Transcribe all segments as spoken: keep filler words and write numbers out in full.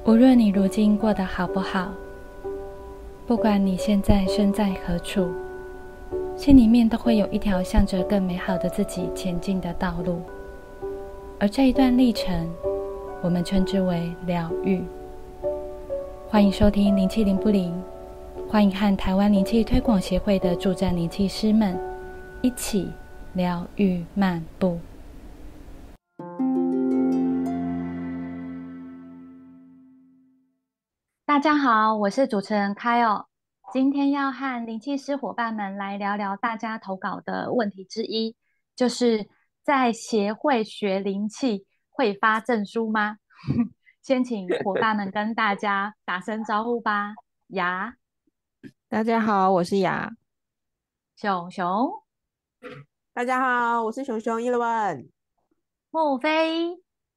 无论你如今过得好不好，不管你现在身在何处，心里面都会有一条向着更美好的自己前进的道路。而这一段历程，我们称之为疗愈。欢迎收听灵气灵不灵，欢迎和台湾灵气推广协会的助战灵气师们一起疗愈漫步。大家好，我是主持人开哦。今天要和灵气师伙伴们来聊聊大家投稿的问题之一，就是在协会学灵气会发证书吗？先请伙伴们跟大家打声招呼吧。雅、 大家好，我是雅。 熊熊、 大家好，我是熊熊一问。 木飞。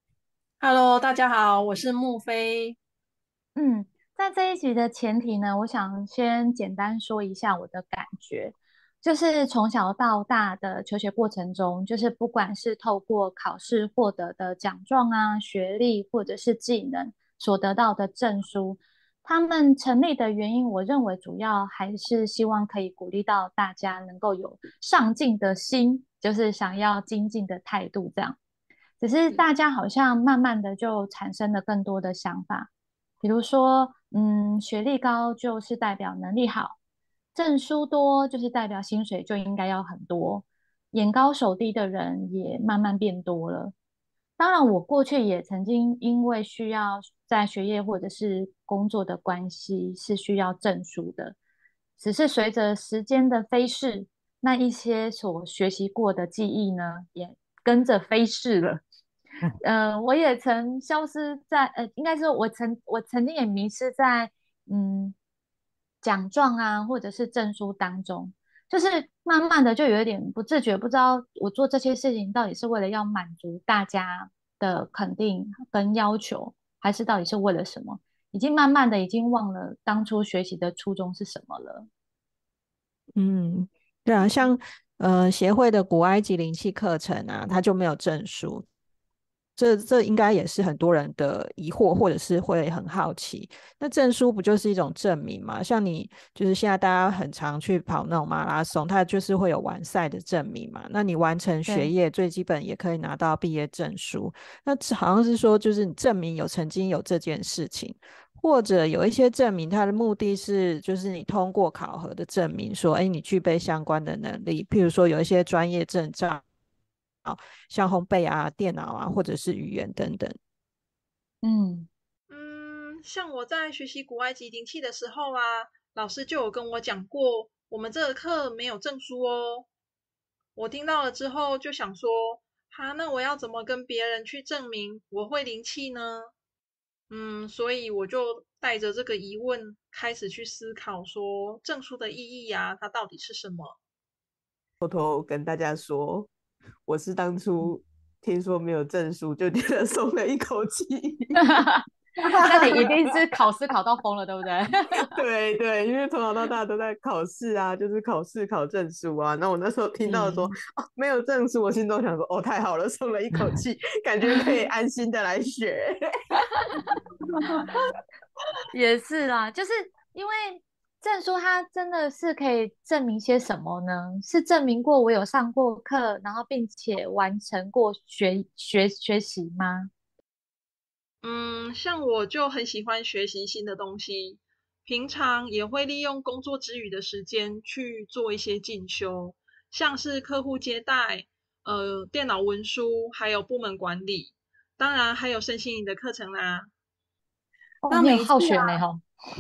Hello，大家好，我是木飞。 嗯，在这一集的前提呢，我想先简单说一下我的感觉，就是从小到大的求学过程中，就是不管是透过考试获得的奖状啊、学历或者是技能所得到的证书，他们成立的原因，我认为主要还是希望可以鼓励到大家能够有上进的心，就是想要精进的态度这样。只是大家好像慢慢的就产生了更多的想法。比如说，嗯，学历高就是代表能力好，证书多就是代表薪水就应该要很多，眼高手低的人也慢慢变多了。当然，我过去也曾经因为需要在学业或者是工作的关系是需要证书的，只是随着时间的飞逝，那一些所学习过的记忆呢，也跟着飞逝了。呃，我也曾消失在呃，应该说我曾我曾经也迷失在嗯奖状啊或者是证书当中，就是慢慢的就有一点不自觉，不知道我做这些事情到底是为了要满足大家的肯定跟要求，还是到底是为了什么？已经慢慢的已经忘了当初学习的初衷是什么了。 嗯，对啊，像呃协会的古埃及灵气课程啊，它就没有证书，这这应该也是很多人的疑惑，或者是会很好奇。那证书不就是一种证明吗？像你就是现在大家很常去跑那种马拉松，它就是会有完赛的证明嘛。那你完成学对， 业最基本也可以拿到毕业证书。那好像是说，就是你证明有曾经有这件事情。或者有一些证明，它的目的是就是你通过考核的证明，说，哎，你具备相关的能力，譬如说有一些专业证照，像烘焙啊、电脑啊，或者是语言等等。 嗯。 嗯，像我在学习古埃及灵气的时候啊，老师就有跟我讲过，我们这个课没有证书哦。我听到了之后就想说，哈，那我要怎么跟别人去证明我会灵气呢？嗯，所以我就带着这个疑问开始去思考，说证书的意义呀、它到底是什么？ 偷偷跟大家说，我是当初听说没有证书，就觉得松了一口气。 那你一定是考试考到疯了，对不对？ 对对，因为从小到大都在考试啊，就是考试考证书啊。那我那时候听到说嗯， 哦没有证书，我心中想说哦太好了，松了一口气，感觉可以安心的来学。 也是啦，就是因为证书它真的是可以证明些什么呢？是证明过我有上过课，然后并且完成过学学学习吗？ 嗯，像我就很喜欢学习新的东西，平常也会利用工作之余的时间去做一些进修，像是客户接待、呃电脑文书，还有部门管理，当然还有身心灵的课程啦。 哦， 那你很每一次啊， 好学呢，哈。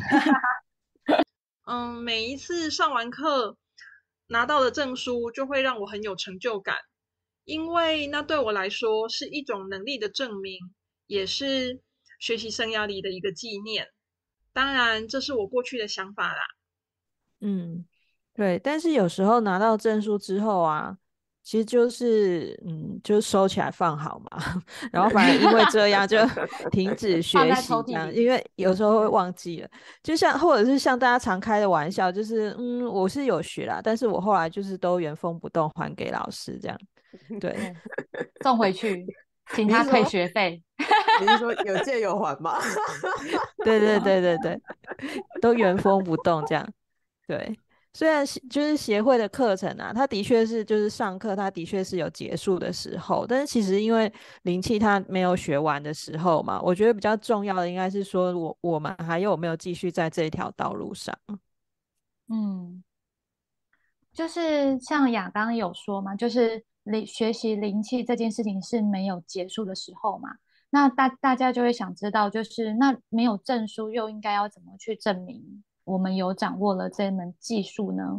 嗯，每一次上完课拿到的证书，就会让我很有成就感，因为那对我来说是一种能力的证明，也是学习生涯里的一个纪念。当然，这是我过去的想法啦。 嗯，对，但是有时候拿到证书之后啊，其实就是嗯，就收起来放好嘛，然后反而因为这样就停止学放在抽习这样， 屉里。 因为有时候会忘记了，就像或者是像大家常开的玩笑，就是嗯，我是有学啦，但是我后来就是都原封不动还给老师这样，对。 对，送回去。 请他退你是说学费。 你是说有借有还吗？ 对对对对对，都原封不动这样。对，虽然是就是协会的课程啊，它的确是就是上课，它的确是有结束的时候，但是其实因为灵气它没有学完的时候嘛，我觉得比较重要的应该是说我我们还有没有继续在这一条道路上。 嗯，就是像雅刚刚有说嘛，就是灵学习灵气这件事情是没有结束的时候嘛。那大大家就会想知道，就是那没有证书又应该要怎么去证明我们有掌握了这门技术呢？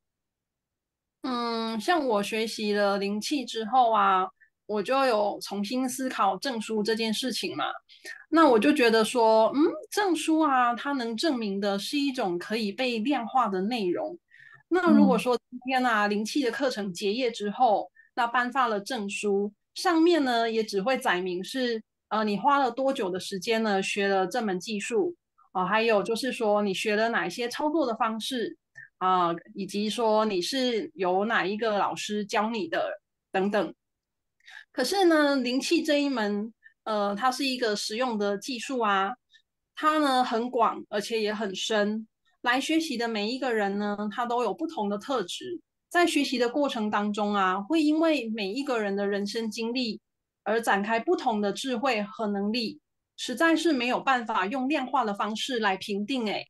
嗯，像我学习了灵气之后啊，我就有重新思考证书这件事情嘛。那我就觉得说，嗯，证书啊，它能证明的是一种可以被量化的内容。那如果嗯说今天啊，灵气的课程结业之后，那颁发了证书，上面呢也只会载明是呃你花了多久的时间呢学了这门技术啊、呃还有就是说你学了哪一些操作的方式。啊、呃以及说你是由哪一个老师教你的等等。可是呢，灵气这一门，呃，它是一个实用的技术啊，它呢很广，而且也很深。来学习的每一个人呢，他都有不同的特质，在学习的过程当中啊，会因为每一个人的人生经历而展开不同的智慧和能力，实在是没有办法用量化的方式来评定。诶，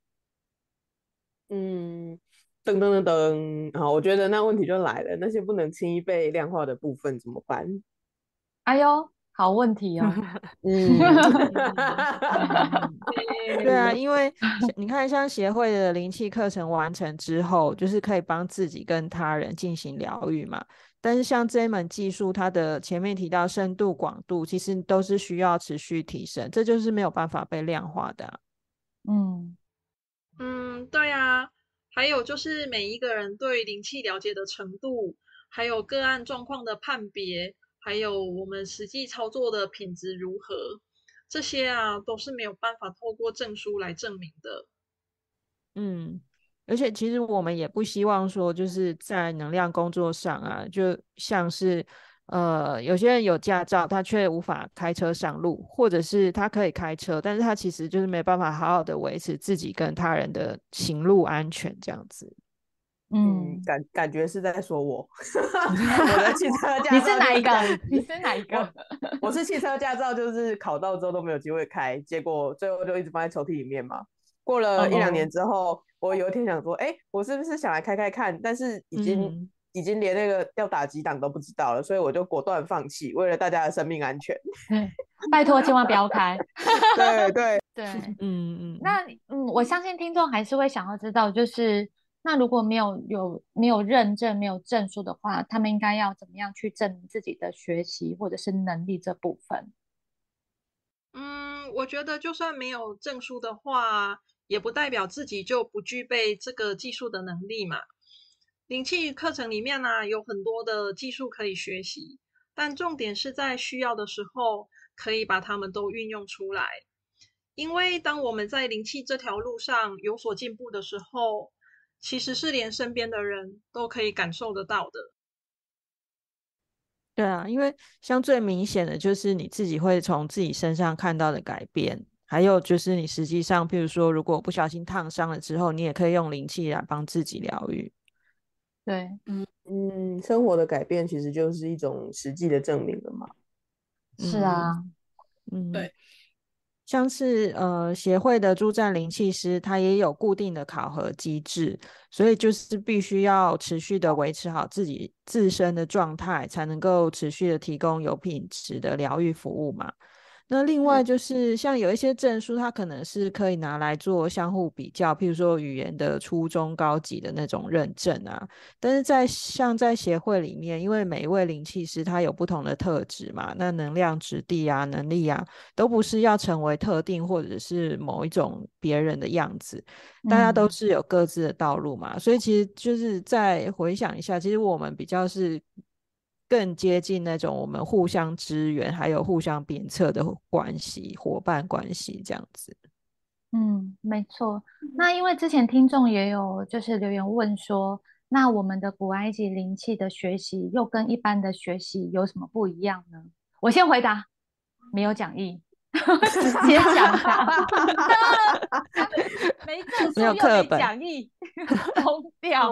嗯，噔噔噔噔，好，我觉得那问题就来了，那些不能轻易被量化的部分怎么办？ 哎呦，好问题哦。 嗯， 对啊，因为像你看，像协会的灵气课程完成之后，就是可以帮自己跟他人进行疗愈嘛。但是像这一门技术，它的前面提到深度、广度，其实都是需要持续提升，这就是没有办法被量化的啊。 嗯嗯，对啊，还有就是每一个人对灵气了解的程度，还有个案状况的判别，还有我们实际操作的品质如何，这些啊都是没有办法透过证书来证明的。 嗯，而且其实我们也不希望说，就是在能量工作上啊，就像是呃，有些人有驾照，他却无法开车上路，或者是他可以开车，但是他其实就是没办法好好的维持自己跟他人的行路安全这样子。 嗯， 嗯， 感感觉是在说我，我的汽车驾你照就是是哪一个？ 这样子。 你是哪一个？ 我我是汽车驾照，就是考到之后都没有机会开，结果最后就一直放在抽屉里面嘛。过了一两哦， 年之后，我有一天想说，哎，我是不是想来开开看？但是已经嗯， 已经连那个要打几档都不知道了，所以我就果断放弃，为了大家的生命安全。 对，拜托千万不要开。 对对， 对， 嗯嗯。 那嗯，我相信听众还是会想要知道，就是那如果没有有没有认证、没有证书的话，他们应该要怎么样去证明自己的学习或者是能力这部分？ 嗯，我觉得就算没有证书的话，也不代表自己就不具备这个技术的能力嘛。灵气课程里面呢，有很多的技术可以学习，但重点是在需要的时候，可以把它们都运用出来。因为当我们在灵气这条路上有所进步的时候，其实是连身边的人都可以感受得到的。 对啊，因为像最明显的就是你自己会从自己身上看到的改变，还有就是你实际上，譬如说，如果不小心烫伤了之后，你也可以用灵气来帮自己疗愈。 对， 嗯，生活的改变其实就是一种实际的证明了嘛。 嗯是啊， 嗯， 对。 像是呃协会的助战灵气师，他也有固定的考核机制，所以就是必须要持续的维持好自己自身的状态，才能够持续的提供有品质的疗愈服务嘛。那另外就是像有一些证书，它可能是可以拿来做相互比较，譬如说语言的初中高级的那种认证啊。但是在像在协会里面，因为每一位灵气师他有不同的特质嘛，那能量质地啊、能力啊，都不是要成为特定或者是某一种别人的样子，大家都嗯是有各自的道路嘛。所以其实就是再回想一下，其实我们比较是更接近那种我们互相支援，还有互相鞭策的关系、伙伴关系这样子。 嗯，没错。那因为之前听众也有就是留言问说，那我们的古埃及灵气的学习又跟一般的学习有什么不一样呢？ 我先回答，没有讲义，直接讲答，没证没有书又没课本。 讲义，疯掉。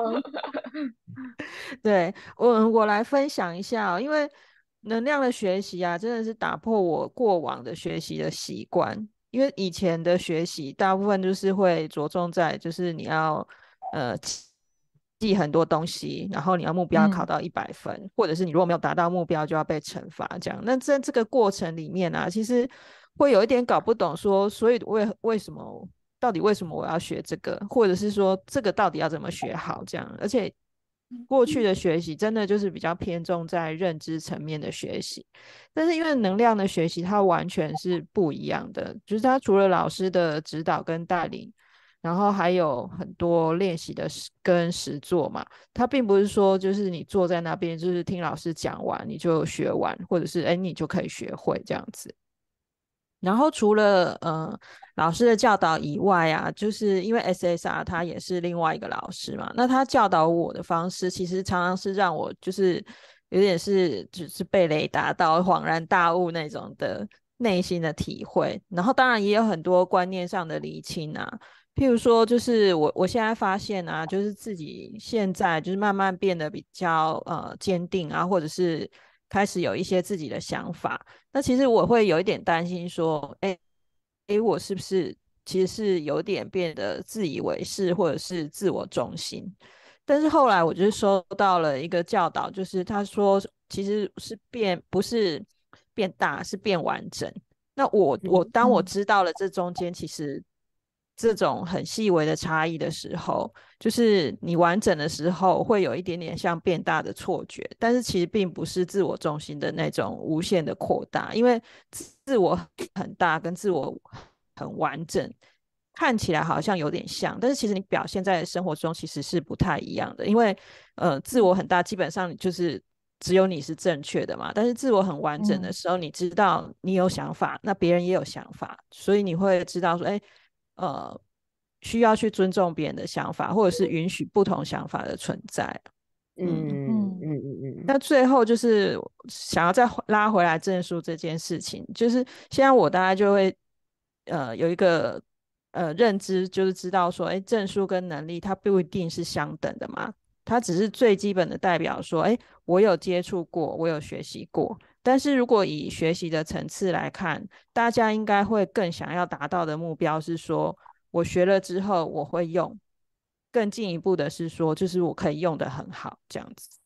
对，我我来分享一下哦，因为能量的学习啊，真的是打破我过往的学习的习惯。因为以前的学习大部分就是会着重在，就是你要呃记记很多东西，然后你要目标考嗯到一百分，或者是你如果没有达到目标就要被惩罚这样。那在这个过程里面啊，其实会有一点搞不懂说，所以为为什么到底为什么我要学这个，或者是说这个到底要怎么学好这样。而且过去的学习真的就是比较偏重在认知层面的学习，但是因为能量的学习它完全是不一样的，就是它除了老师的指导跟带领，然后还有很多练习的跟实作嘛。它并不是说就是你坐在那边就是听老师讲完你就学完，或者是哎你就可以学会这样子。然后除了呃老师的教导以外啊，就是因为 S S R 他也是另外一个老师嘛，那他教导我的方式其实常常是让我就是有点是就是被雷打到恍然大悟那种的内心的体会。然后当然也有很多观念上的厘清啊，譬如说就是我我现在发现啊，就是自己现在就是慢慢变得比较呃坚定啊，或者是开始有一些自己的想法。那其实我会有一点担心说，哎哎，我是不是其实是有点变得自以为是，或者是自我中心？但是后来我就是收到了一个教导，就是他说其实是变，不是变大，是变完整。那我我嗯当我嗯知道了这中间其实这种很细微的差异的时候，就是你完整的时候会有一点点像变大的错觉，但是其实并不是自我中心的那种无限的扩大，因为自我很大跟自我很完整看起来好像有点像，但是其实你表现在生活中其实是不太一样的。因为呃，自我很大基本上就是只有你是正确的嘛，但是自我很完整的嗯时候，你知道你有想法，那别人也有想法，所以你会知道说，哎，呃，需要去尊重别人的想法，或者是允许不同想法的存在。嗯， 嗯嗯嗯嗯嗯那最后就是想要再拉回来证书这件事情，就是现在我大概就会呃有一个呃认知，就是知道说，哎，证书跟能力它不一定是相等的嘛，它只是最基本的代表说，哎，我有接触过，我有学习过。但是如果以学习的层次来看，大家应该会更想要达到的目标是说，我学了之后我会用，更进一步的是说，就是我可以用得很好这样子。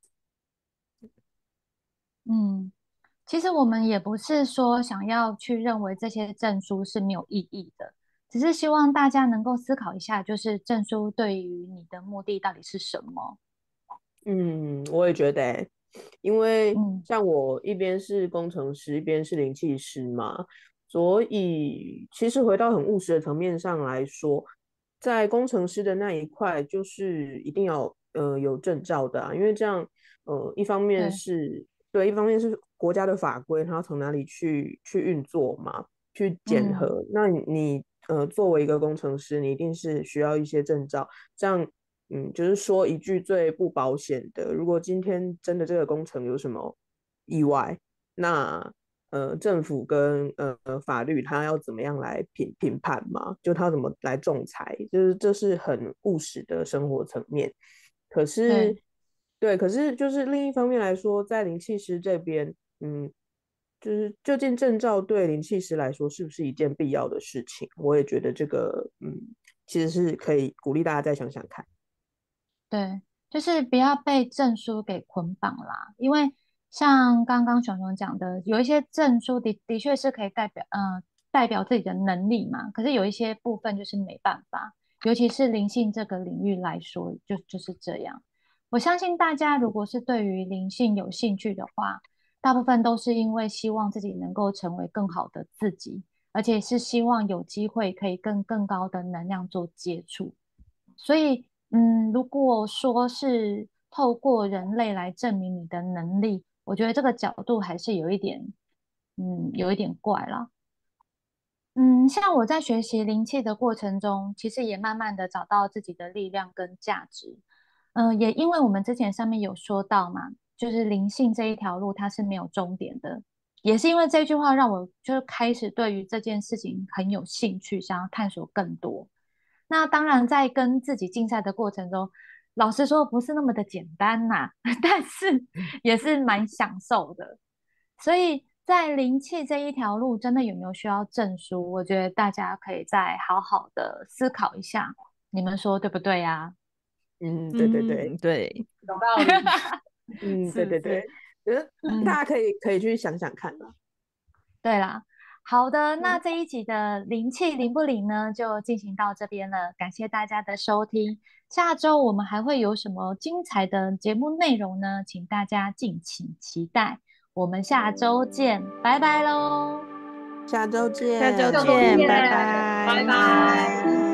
嗯，其实我们也不是说想要去认为这些证书是没有意义的，只是希望大家能够思考一下，就是证书对于你的目的到底是什么？ 嗯，我也觉得欸，因为嗯， 像我一边是工程师，一边是灵气师嘛，所以其实回到很务实的层面上来说，在工程师的那一块，就是一定要呃有证照的啊，因为这样呃一方面对， 是对，一方面是国家的法规，它要从哪里去去运作嘛，去检嗯核。那你你呃作为一个工程师，你一定是需要一些证照，这样。嗯，就是说一句最不保险的，如果今天真的这个工程有什么意外，那呃政府跟呃法律它要怎么样来评评判嘛？就它怎么来仲裁，就是这是很务实的生活层面。可是对。 对，可是就是另一方面来说，在灵气师这边，嗯，就是究竟证照对灵气师来说是不是一件必要的事情？我也觉得这个，嗯，其实是可以鼓励大家再想想看。 对，就是不要被证书给捆绑啦，因为像刚刚熊熊讲的，有一些证书的的确是可以代表呃代表自己的能力嘛，可是有一些部分就是没办法，尤其是灵性这个领域来说，就就是这样。我相信大家如果是对于灵性有兴趣的话，大部分都是因为希望自己能够成为更好的自己，而且是希望有机会可以跟更高的能量做接触。所以，嗯，如果说是透过人类来证明你的能力，我觉得这个角度还是有一点，嗯，有一点怪啦。嗯，像我在学习灵气的过程中，其实也慢慢的找到自己的力量跟价值。嗯、也因为我们之前上面有说到嘛，就是灵性这一条路它是没有终点的， 也是因为这句话让我就开始对于这件事情很有兴趣，想要探索更多。那当然在跟自己竞赛的过程中，老实说不是那么的简单呐、但是也是蛮享受的。所以在灵气这一条路，真的有没有需要证书？我觉得大家可以再好好的思考一下，你们说对不对呀、 嗯，对对对， 嗯对， 有道理。 嗯， 是不是？ 对对对，觉得嗯， 大家可以可以去想想看啦。 对啦。好的，那嗯， 这一集的灵气灵不灵呢，就进行到这边了。感谢大家的收听。下周我们还会有什么精彩的节目内容呢？请大家敬请期待。我们下周见，拜拜喽！ 下周见， 下周下周见， 见， 拜拜拜。 拜。